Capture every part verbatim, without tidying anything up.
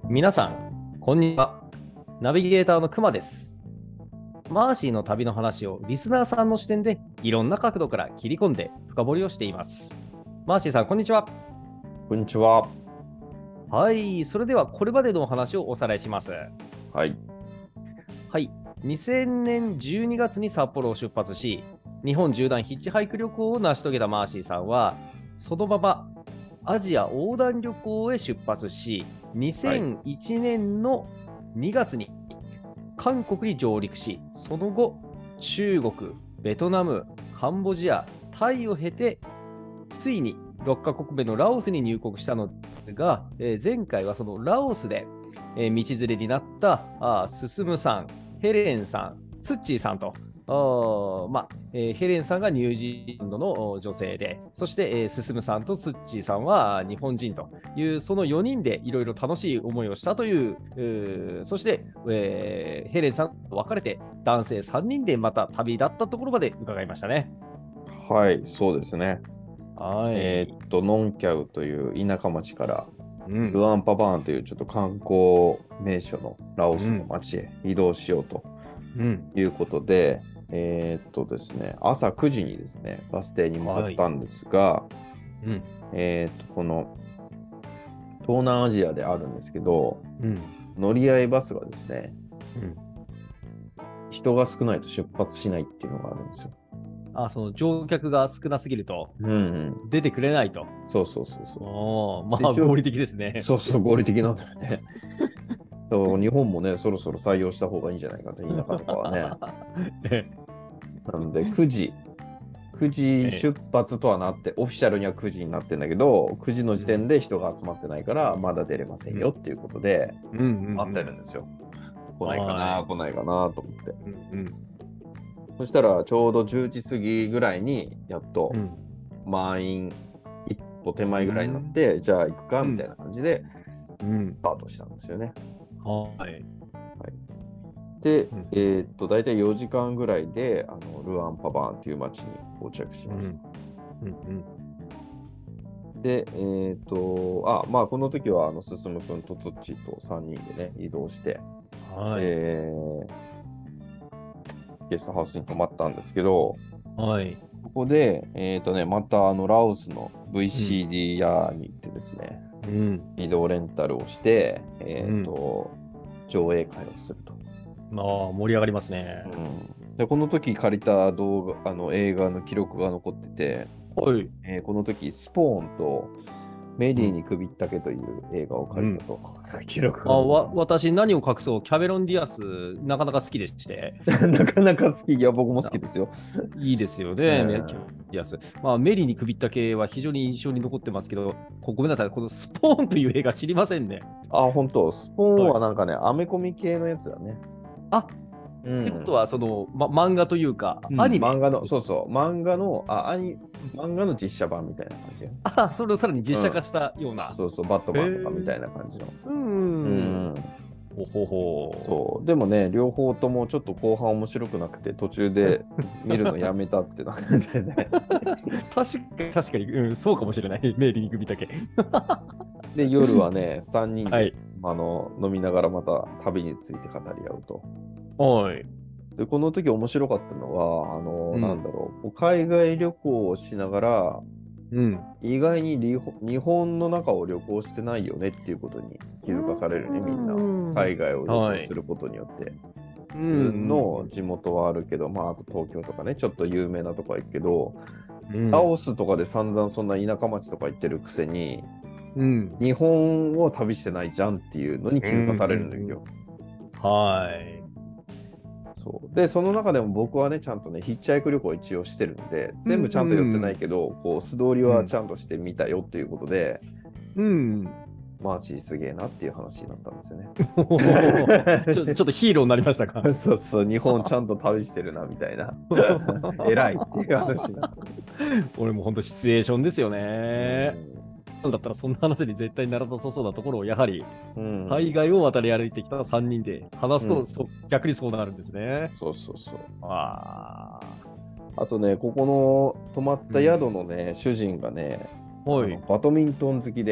皆さん、こんにちは。ナビゲーターのくまです。マーシーの旅の話をリスナーさんの視点でいろんな角度から切り込んで深掘りをしています。マーシーさん、こんにちは。 こんにちは。 はい、それではこれまでのお話をおさらいします。 はい。 はい、にせんねんじゅうにがつに札幌を出発し、日本縦断ヒッチハイク旅行を成し遂げたマーシーさんは、そのままアジア横断旅行へ出発し、にせんいちねんのにがつに韓国に上陸し、その後、中国、ベトナム、カンボジア、タイを経て、ついにろっかこくめのラオスに入国したのですが、えー前回はそのラオスで、えー道連れになったあーススムさん、ヘレンさん、ツッチーさんと、あーまあえーヘレンさんがニュージーランドのお女性で、そして、えーススムさんとツッチーさんは日本人という、そのよにんでいろいろ楽しい思いをしたという、うーそして、えーヘレンさんと別れて男性さんにんでまた旅立ったところまで伺いましたね。 はい、そうですね。 はい。 えーっと、ノンキャウという田舎町からうんルアンパバーンというちょっと観光名所のラオスのうん町へ移動しようとうんいうことで、えーっとですね、朝くじにですね、バス停に向かったんですが、 うんえーっと、この東南アジアであるんですけど、 うん乗り合いバスがですね、 うん人が少ないと出発しないっていうのがあるんですよ。 あ、その乗客が少なすぎるとうんうん。 出てくれないと。 そうそうそうそおー、まう。で一応あ合理的ですね。 そうそう、合理的なんだよね。そう日本もね、そろそろ採用した方がいいんじゃないかと、田舎とかはね。 えなので、くじ、くじえ出発とはなって、オフィシャルにはくじになってんだけど、くじの時点で人が集まってないから、まだ出れませんよっていうことで、 うんうんうん待ってるんですよ。来ないかはな、来ないかなと思って。 うんそしたら、ちょうどじゅうじ過ぎぐらいに、やっとうん満員一歩手前ぐらいになって、じゃあ行くかうんみたいな感じで、 うんスタートしたんですよね。 はいで、 うんえーっと、大体よじかんぐらいで、あのルアンパバーンという町に到着しました。 うんで、えーっと、あ、まあ、この時は、あの、進くんとツッチーとさんにんでね、移動して、 はいえーゲストハウスに泊まったんですけど、 はいここで、えーっとね、また、あの、ラオスの ブイシーディー 屋に行ってですね、 うん移動レンタルをして、えーっと、上映会をすると。 まあ盛り上がりますね。 うん、でこの時借りた動画、あの映画の記録が残ってて、 はいえーこの時スポーンとメリーに首ったけという映画を借りたと、記録があわ残って私何を隠そうキャメロン・ディアスなかなか好きでしてます。なかなか好き。いや、僕も好きですよ。 いいですよね、 うんメキャメロン・ディアス。まあメリーに首った系は非常に印象に残ってますけど、こごめんなさい、このスポーンという映画知りませんね。 あ、本当スポーンはなんかね、アメコミ系のやつだね。 あ、 うんってことは、その、ま、漫画というか、 うんアニメ。 漫画の、そうそう、漫画の、あ、アニ、漫画の実写版みたいな感じ。 あ、それをさらに実写化したような。 そうそう、バットマンとかみたいな感じの。 うんうん。 うんほほほ。 そうでもね、両方ともちょっと後半面白くなくて、途中で見るのやめたってなってね。 確かに、確かに、うん、そうかもしれない。メリーに首だけ。 で、夜はね、さんにんで、 はい。 あの飲みながらまた旅について語り合うと。 はい。 で、この時面白かったのは、あの、 うんなんだろう、こう海外旅行をしながら、 うん。 意外にリホ日本の中を旅行してないよねっていうことに気づかされるね、みんな。海外を旅行することによって。自分の地元はあるけど、まあ、あと東京とかね、ちょっと有名なとこは行くけど、 うんラオスとかで散々そんな田舎町とか行ってるくせに、 うん。 日本を旅してないじゃんっていうのに気づかされるんだよ。 はい。 そうで、その中でも僕はね、ちゃんとね、ヒッチハイク旅行一応してるんで、全部ちゃんと寄ってないけど、こう素通りはちゃんとしてみたよっていうことで、 うん。 マーチーすげえなっていう話になったんですよね。 ちょちょっとヒーローになりましたか。 そうそう、日本ちゃんと旅してるなみたいな。偉いっていう話になった。 俺も本当シチュエーションですよね。だったらそんな話に絶対ならなさそうなところをやはりうん海外を渡り歩いてきたさんにんで話すと、 うんそう逆にそうなるんですね。 そうそうそう。 ああとね、ここの泊まった宿のね、主人がね、 あ。はい。 あのバドミントン好きで、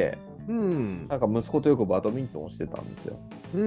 うん。 なんか息子とよくバドミントンをしてたんですよ。 うん。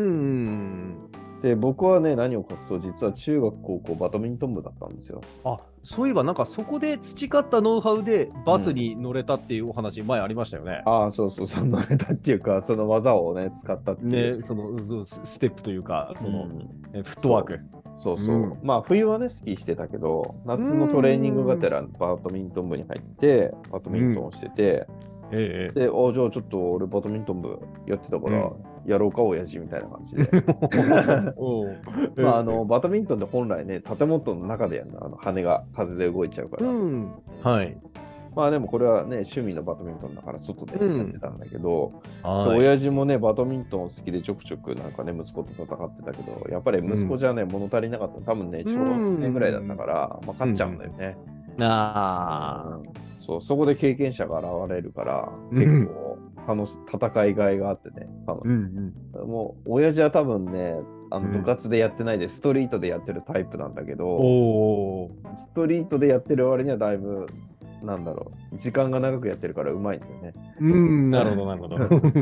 で、僕はね、何を隠そう、実は中学、高校、バドミントン部だったんですよ。 あ、そういえばなんかそこで培ったノウハウでバスうん。 に乗れたっていうお話前ありましたよね。 ああ、そうそう、そのネタっていうか、その技をね、使ったっていう。 ね、そのそうスステップというか、その、 うん、 えフットワーク。 そうそう。 うんまあ、冬はね、スキーしてたけど、 う夏のトレーニングがてん。 らバドミントン部に入って、バドミントンをしてて、 ええ。 で、おじゃあちょっと俺バドミントン部やってたから、 うん。 やろうか、親父みたいな感じで。 おうまあ、あの、バドミントンって本来ね、建物の中でやるの、あの羽が風で動いちゃうかうら。 ん。はい。 まあでもこれはね、趣味のバドミントンだから外でやってたんだけど、ではい。 親父もね、バドミントン好きでちょくちょくなんかね、息子と戦ってたけど、やっぱり息子じゃね、物足りなかった。多分ね、小学生ぐらいだったから、まあ、勝っちゃうんだよね。 ああ。 うんそう、そこで経験者が現れるから、結うん構楽し戦いがいがあってね。あのうんもう、親父は多分ね、あのうん部活でやってないで、ストリートでやってるタイプなんだけおど、 お。 ストリートでやってる割にはだいぶ、なんだろう、時間が長くやってるからうまいんだよね。 うん、なるほど、なるほど。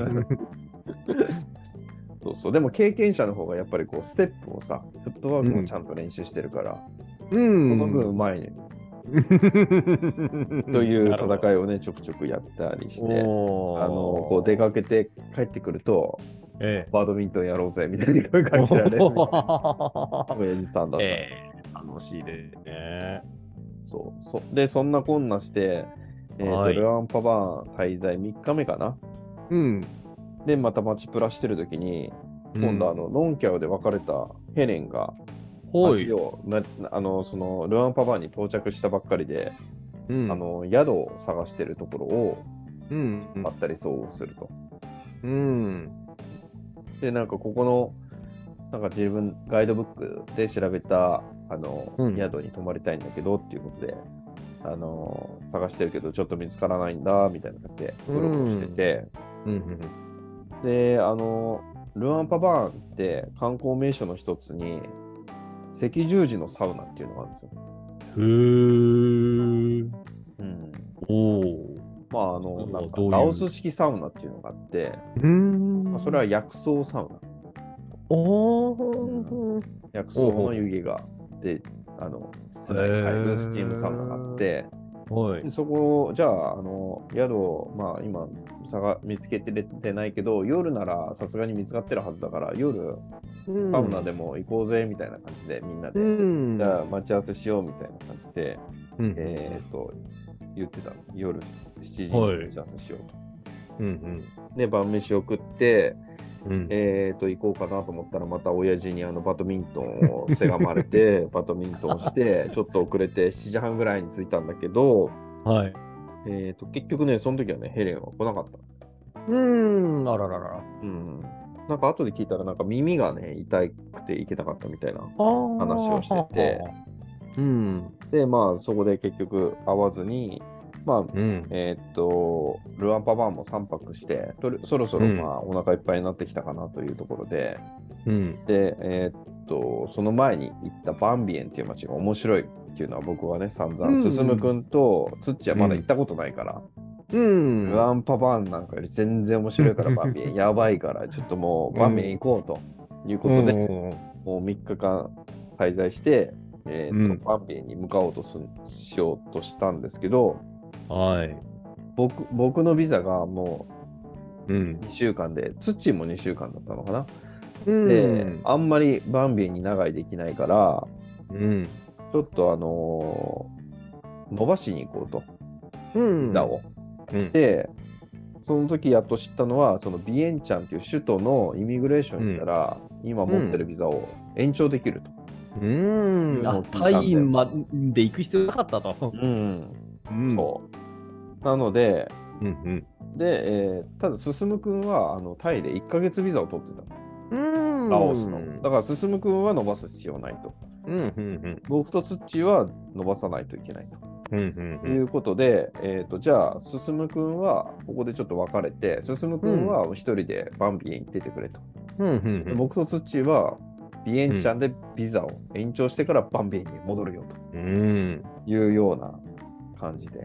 そうそう。でも経験者の方がやっぱりこう、ステップをさ、フットワークもちゃんと練習してるから、 うそのん。 分うまいね。という戦いをね、ちょくちょくやったりして、あの、こう出かけて帰ってくると、 ええ、 バドミントンやろうぜみたいに声かけられる親父さんだった。 ええ、楽しいですね。 そうそで、そんなこんなして、えーとはいルアンパバーン滞在みっかめかな。 うん。 で、また街プラしてるときに、 うん今度あの、ノンキャオで別れたヘレンが、 はい。 街をなあのそのルアンパバーンに到着したばっかりで、 うんあの宿を探してるところをうんばったり遭遇すると。 うんで、なんかここの、なんか自分ガイドブックで調べたあの、 うん宿に泊まりたいんだけどっていうことで、あの探してるけどちょっと見つからないんだみたいな感じでうろうろしてて、 うんうんで、あのルアンパバーンって観光名所の一つに赤十字のサウナっていうのがあるんですよ。 へーうん、 おお。 まああのおーなんかどういうラオス式サウナっていうのがあって、 うーんまあ、それは薬草サウナ。 おうんー薬草の湯気がで、あの室内に入るスチームサウナがあって、 はいでそこ、じゃあ、あの宿を、まあ、今探見つけててないけど、夜ならさすがに見つかってるはずだから、夜、サウナでも行こうぜみたいな感じで、みんなで、 うんじゃあ待ち合わせしようみたいな感じで、 うんえっと、言ってたの。夜しちじに待ち合わせしようと。 うんで、晩飯を食って、 うんえーと、行こうかなと思ったら、また親父にあのバドミントンをせがまれて、バドミントンをして、ちょっと遅れてしちじはんぐらいに着いたんだけど、 はいえーと、結局ね、その時はね、ヘレンは来なかった。 うーんあららららうん。なんか後で聞いたら、なんか耳がね、痛くて行けなかったみたいな話話をしてて、 うんで、まあ、そこで結局会わずに、まあ、 うんえーっと、ルアンパバーンもさんぱくして、とりそろそろまあ、お腹いっぱいになってきたかなというところで、 うんで、えーっと、その前に行ったバンビエンっていう街が面白いっていうのは僕はね、散々、 うん進くんとツッチはまだ行ったことないから、 うんルアンパバーンなんかより全然面白いからバンビエン、やばいから、ちょっともうバンビエン行こうということで、もうみっかかん滞在して、えーっとうんバンビエンに向かおうとすしようとしたんですけど、 はい僕僕のビザがもうんうにしゅうかんで、ツッチーもにしゅうかんだったのかな。 うんで、あんまりバンビエンに長居できないから、 うんちょっとあのー伸ばしに行こうと、 うんビザを。 うんで、その時やっと知ったのは、そのビエンチャンという首都のイミグレーションに行ったら、今持ってるビザを延長できると。 うーんあタイまで行く必要なかったとうん、 うんそう。なので、 うんうんで、えーただ、進くんはあのタイでいっかげつビザを取ってた。 うんラオスの。だから、進くんは伸ばす必要ないと。 うんうん僕とツッチーは伸ばさないといけないうんうんということで、えーと、じゃあ、進くんはここでちょっと別れて、進くんは一人でバンビエン行っててくれと。 うんうんで僕とツッチーはビエンチャンでビザを延長してからバンビエンに戻るよとうんいうような感じで。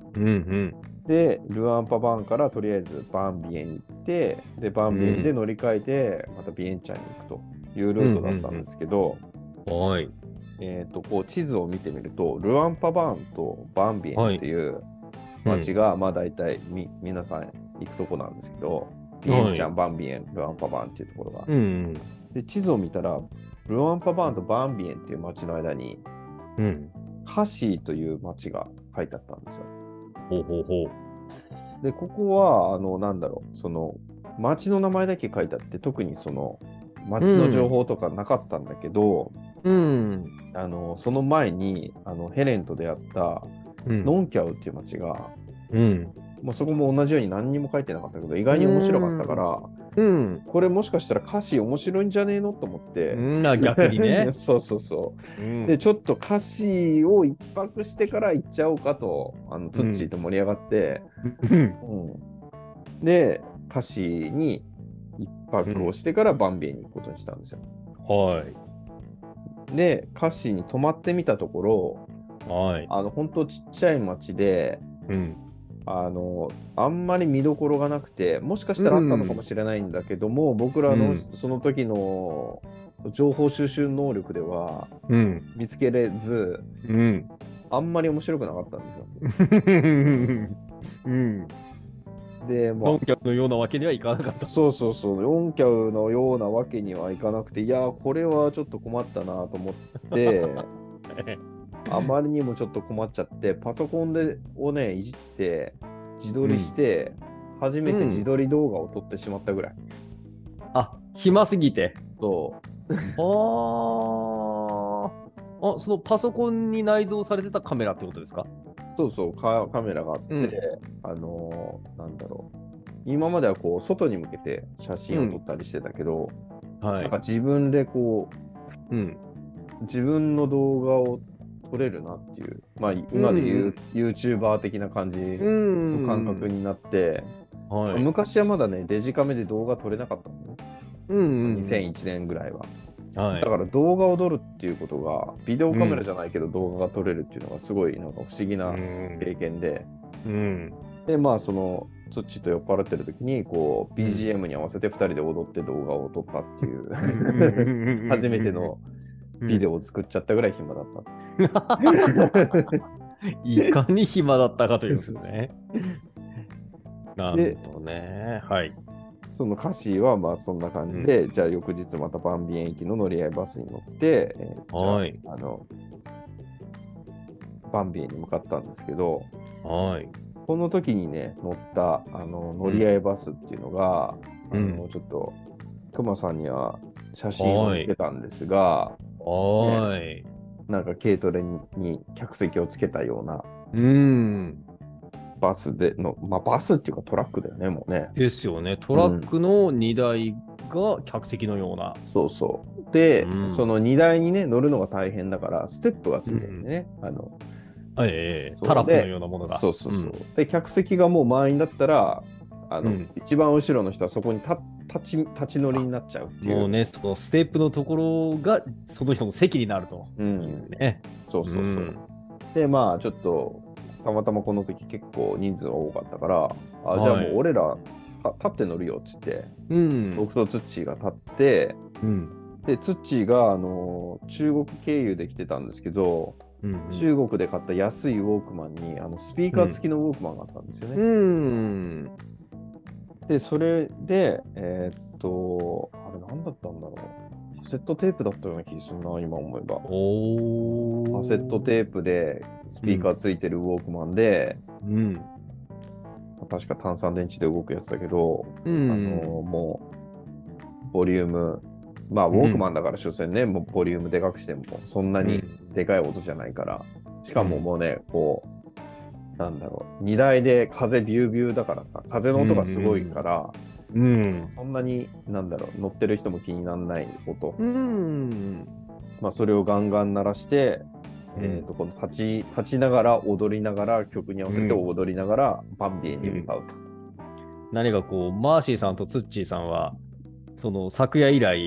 うんうん。 で、ルアンパバンからとりあえずバンビエンに行って、で、バンビエンで乗り換えて、またビエンチャンに行くというルートだったんですけど、 うんうんうん、はい。 えっと、こう地図を見てみると、ルアンパバーンとバンビエンはい。 っていううん。 街が、まあ大体み皆さん行くとこなんですけど、ビエンはい。 チャン、バンビエン、ルアンパバーンっていうところが。 うん。 で、地図を見たら、ルアンパバーンとバンビエンっていう街の間に、 うん。 カシーという街が書いてあったんですよ。 ほうほうほう。 で、ここは、あの、なんだろう、その、街の名前だけ書いてあって、特にその、街の情うん。 報とかなかったんだけど、 うん。 あの、その前に、あの、ヘレンと出会ったうん。 ノンキャウっていう街が、 うん。 もうそこも同じように何にも書いてなかったけど、意う外に面白かったかん。 ら、 うん。 これもしかしたら歌詞面白いんじゃねえのと思って、 うん。あ、逆にね。 そうそうそう。で、 うん。 ちょっと歌詞を一泊してから行っちゃおうかと、あの、ツッチーうん。 と盛り上がって、 うん。 うん、で、歌詞に一泊をしてからバンビエに行くことにしたんですよ。 はい。 で、歌詞に泊まってみたところ、 はい。 あの、本当ちっちゃい町で、 うん。 あの、あんまり見どころがなくて、もしかしうたらあったのかもん。 しれないんだけども、僕らのうん。 その時の情報収集能力ではうん。 見つけれず、 うん。 あんまり面白くなかったんですよ。 うん。 で、まあ、 ノンキャップのようなわけにはいかなかった。 そうそうそう、よんキャウのようなわけにはいかなくて、いや、これはちょっと困ったなと思って、あまりにもちょっと困っちゃって、パソコンでをね、いじって、自撮りして、初めて自撮り動画を撮ってしまったぐらい。 あ、暇すぎて。 そあーあ、そのパソコンに内蔵されてたカメラってことですか？ そうそうカ、カメラがあって、 うん。 あのーなんだろう。今まではこう、外に向けて写真を撮ったりしてたけど、 はい。 なんか自分でこうん。 う、自分の動画を撮れるなっていう、まあ、 う今で言うん。 YouTuber 的な感じうの感覚ん。 になって、 はい。 昔はまだね、デジカメで動画撮れなかったのね。 うん。 にせんいちねんぐらいは。 はい。 だから動画を撮るっていうことが、ビデオカメラうん。 じゃないけど動画が撮れるっていうのがすごいなんか不思議うな経ん。 験で、 うん。 で、まあその、ツッチと酔っ払ってる時に、こう、 うん。 ビージーエム に合わせてふたりで踊って動画を撮ったっていうう初めてん。 のビデオを作っちゃったぐらい暇だった。 いかに暇だったかということですね。なんで、 とね。はい。 その歌詞はまあそんな感うん。 じで、じゃあ翌日またバンビエン行きの乗り合いバスに乗って、えーじゃあ、 はい。 あの、バンビエンに向かったんですけど、 はい。 この時にね、乗ったあの乗うん。 り合いバスっていうのが、あうん。 のちょっと、クマさんには写真をはい。 見せたんですが、ね、 はい。 なんか軽トラに客席をつけたようなうん。 バスでの、まあバスっていうかトラックだよね、もうね。 ですよね。トラッうん、 クの荷台が客席のような。 そうそう。で、そうん。 の荷台にね、乗るのが大変だから、ステップがつうん。 いてるんでね。あの、 ええ、タそうで、 ラップのようなものが。 そうそうそう。 うん。 で、客席がもう満員だったら、あの、 うん。 一番後ろの人はそこに立立ち、立ち乗りになっちゃうっていう。 もうね、そのステップのところがその人の席になるとういん。 うね。 そううそうそう。 ん。 で、まあ、ちょっと、たまたまこの時結構人数が多かったから、あ、じゃあはい。 もう俺らた立って乗るよっつって、 うん。 僕とツッチーが立って、 うん。 で、ツッチーが、あの、中国経由で来てたんですけど、 うん。 中国で買った安いウォークマンに、あの、スピーカーうん。 付きのウォークマンがあったんですようね。 ん。 で、それで、えーっと、あれ何だったんだろう。カセットテープだったような気がするな、今思えば。カセットおー。 テープでスピーカーうん。 ついてるウォークマンで、 うん。 確か炭酸電池で動くやつだけど、 うあのん。 もう、ボリューム、まあ、ウォークマンうん。 だから、所詮ね、もうボリュームでかくしても、そんなにうん。 でかい音じゃないから、しかもうん。 もうね、こう、なんだろう、荷台で風ビュービューだからさ、風の音がすごいから、 うん。 そんなに、なんだろう、乗ってる人も気にならない音。 うん。 まあ、それをガンガン鳴らして、 うん。 えーと、この立ち、立ちながら踊りながら、曲に合わせてうん。 踊りながら、バンビエンうん。 に向かうと。 何かこう、マーシーさんとツッチーさんは、その昨夜以来、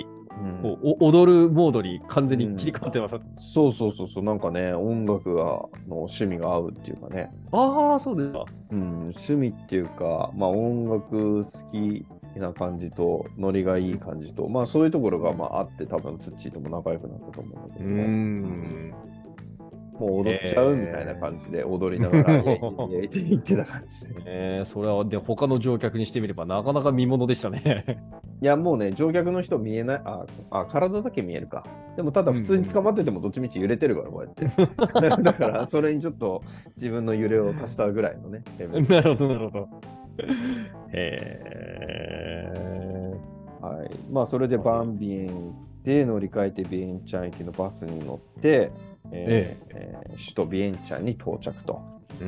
うん、お踊るモードに完全に切り替わってます、うん、 そうそうそうそう、なんかね、音楽がの趣味が合うっていうかね。 ああ、そうですか。 うん、趣味っていうか、まあ音楽好きな感じと、ノリがいい感じと、まあそういうところがまああって、多分ツッチーとも仲良くなったと思うんだけども。うん。もう踊っちゃうみたいな感じで踊りながら、えー、って言ってた感じで。 えー、それはで他の乗客にしてみればなかなか見ものでしたね。 いやもうね、乗客の人見えない、あ、あ体だけ見えるか。でもただ普通に捕まっててもどっちみち揺れてるから、こうやって。だからそれにちょっと自分の揺れを足したぐらいのね。 なるほど、なるほど。へー。はい。まあそれでバンビエンで乗り換えてビエンチャン行きのバスに乗って、えーええー、首都ビエンチャンに到着と。うん。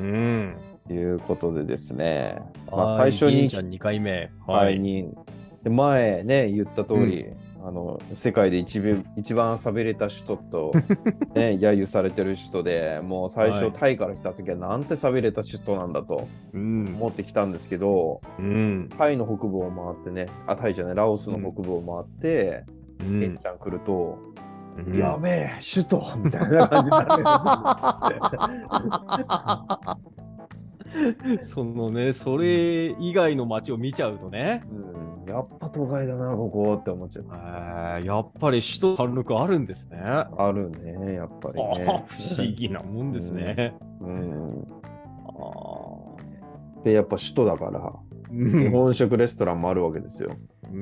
いうことでですね。まあ最初に。ビエンチャンにかいめ。 はい。にで前ね、言った通り、うん、あの世界で一番一番寂れた首都と、ね、揶揄されてる首都でもう最初、はい、タイから来た時はなんて寂れた首都なんだと思ってきたんですけど、うん、タイの北部を回ってね、あ、タイじゃない、ラオスの北部を回って、ビエンチャン来ると、うん、やべえ、首都みたいな感じになる。 そのね、それ以外の街を見ちゃうとね、 うん、やっぱ都会だな、ここって思っちゃう。 えー、やっぱり首都貫禄あるんですね。 あるね、やっぱりね。 不思議なもんですね。 うん。うん、あで、やっぱ首都だから、日本食レストランもあるわけですよ。うん。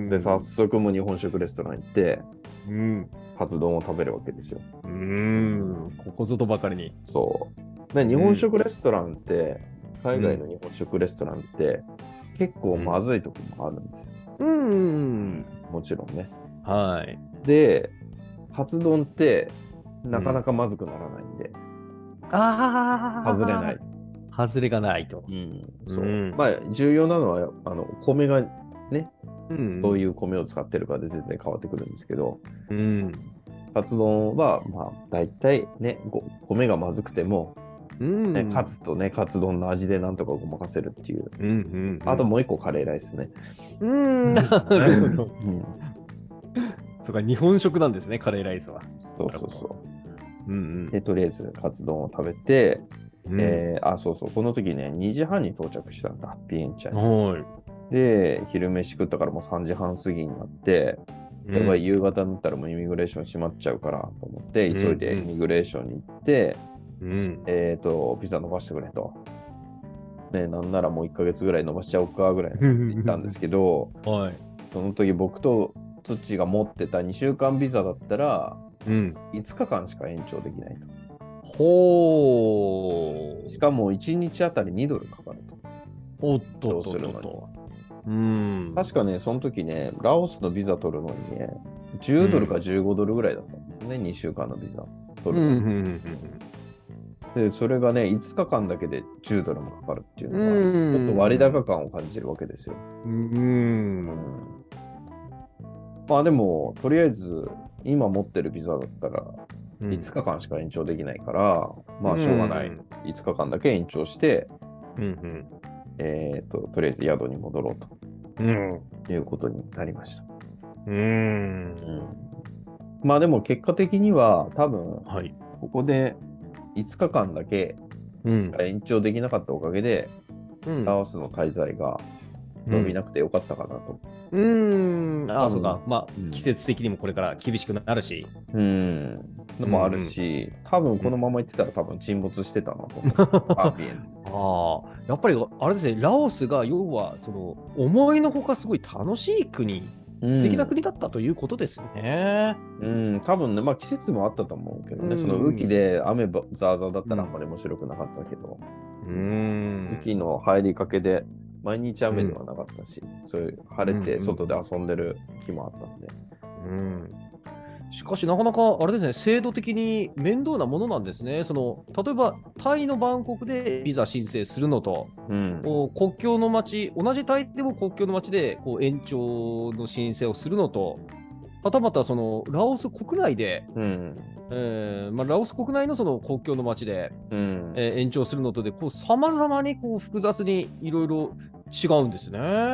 で、早速も日本食レストラン行って、うん、カツ丼を食べるわけですよ。 うん、ここぞとばかりに。 そう。で日本食レストランって、うん、海外の日本食レストランって、うん、結構まずいとこもあるんですよ。うん、うん、もちろんね。はい。で、カツ丼ってなかなかまずくならないんで、うん、ああ、外れない。 外れがないと。 うん、そう。うん、まあ、重要なのは、あの、米がね、うん、どういう米を使ってるかで全然変わってくるんですけど、うん、カツ丼は、まあ、大体ね、米がまずくても、うんね、カツとね、カツ丼の味でなんとかごまかせるっていう。うんうんうん、あともう一個カレーライスね。うーん、なるほど。 うん、そうか、日本食なんですね、カレーライスは。 そうそうそう。うんうん、で、とりあえずカツ丼を食べて、うん、えー、あ、そうそう、この時ね、にじはんに到着したんだ、ビエンチャンに。で、昼飯食ったからもうさんじはん過ぎになって、やっぱり夕方になったらもうイミグレーション閉まっちゃうからと思って、急いでイミグレーションに行って、うん、えっ、ー、と、ビザ伸ばしてくれと。ね、なんならもういっかげつぐらい伸ばしちゃおうかぐらい言ったんですけど、はい、その時僕とツッチーが持ってたにしゅうかんビザだったら、うん、いつかかんしか延長できないと。ほー。しかもいちにちあたりにドルかかると。おっとっとっとっと。うん。確かね、その時ね、ラオスのビザ取るのにね、じゅうドルかじゅうごドルぐらいだったんですね、うん、にしゅうかんのビザ取るのに。うんうんうんうん、で、それがね、いつかかんだけでじゅうドルもかかるっていうのは、ちょっと割高感を感じるわけですよ。うん。うん、まあでも、とりあえず、今持ってるビザだったら、いつかかんしか延長できないから、うん、まあしょうがない。うん、いつかかんだけ延長して、うんうん、えっと、とりあえず宿に戻ろうと、うん、いうことになりました。うーん、うん、まあでも結果的には多分、はい、ここでいつかかんだけしか延長できなかったおかげで、うん、ラオスの滞在が伸びなくてよかったかなと。うーん、ああ、そうか。まあ、うん、季節的にもこれから厳しくなるし。 うん、のもあるし、うん、多分このまま行ってたら多分沈没してたなと思う。ああ、やっぱりあれですね、ラオスが要はその思いのほかすごい楽しい国、素敵な国だったということですね。 うん、うん、多分ね、まあ季節もあったと思うけどね、うん、その雨季で雨ザーザーだったらあんまり面白くなかったけど、うん、雨季の入りかけで毎日雨ではなかったし、うん、そういう晴れて外で遊んでる日もあったんで。うん、 うんしかしなかなかあれですね、制度的に面倒なものなんですね。その例えばタイのバンコクでビザ申請するのと、うん、国境の町、同じタイでも国境の町でこう延長の申請をするのと、はたまたそのラオス国内で、うんえーまあ、ラオス国内のその国境の町で、うんえー、延長するのとで、さまざまにこう複雑にいろいろ違うんですね。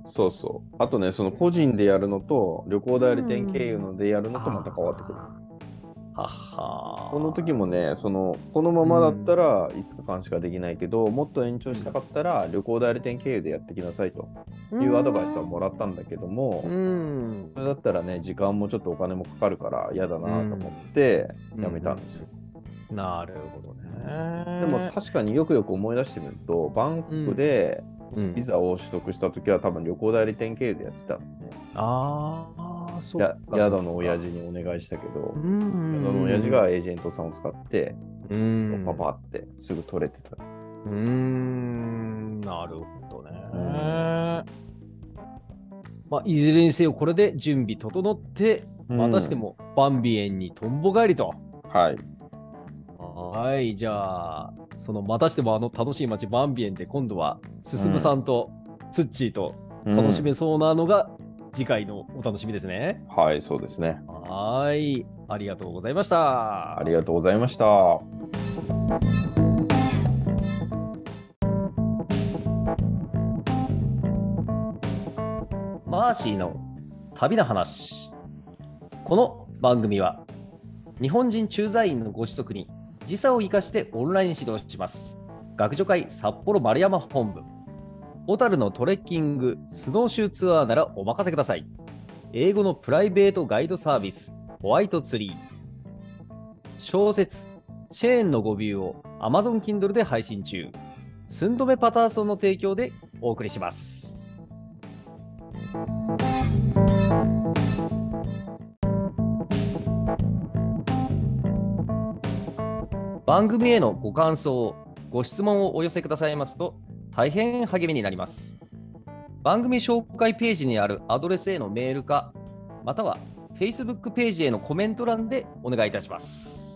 そうそう。あとね、その個人でやるのと、旅行代理店経由のでやるのとまた変わってくる。 ははこの時もね、その、このままだったらいつかかんしかできないけど、もっと延長したかったら旅行代理店経由でやってきなさいというアドバイスはもらったんだけども、それだったらね、時間もちょっとお金もかかるから嫌だなと思ってやめたんですよ。 なるほどね。 でも確かによくよく思い出してみると、バンコクでビザを取得した時は多分旅行代理店経由でやってたのね。 ああ、そうや宿の親父にお願いしたけど、宿の親父がエージェントさんを使って、パパってすぐ取れてた。 うーん、なるほどね。まあ、いずれにせよ、これで準備整って、またしてもバンビエンにとんぼ返りと。 はい。 はい、じゃあ、そのまたしてもあの楽しい街バンビエンで今度は進さんとツッチーと楽しめそうなのが次回のお楽しみですね。 うん、はい、そうですね。 はい、ありがとうございました。 ありがとうございました。 マーシーの旅の話。この番組は日本人駐在員のご子息に時差を生かしてオンライン指導します。学助会札幌丸山本部。小樽のトレッキング、スノーシューツアーならお任せください。英語のプライベートガイドサービス、ホワイトツリー。小説、シェーンの語尾を Amazon Kindle で配信中。寸止めパターソンの提供でお送りします。番組へのご感想、ご質問をお寄せくださいますと大変励みになります。番組紹介ページにあるアドレスへのメールか、または Facebook ページへのコメント欄でお願いいたします。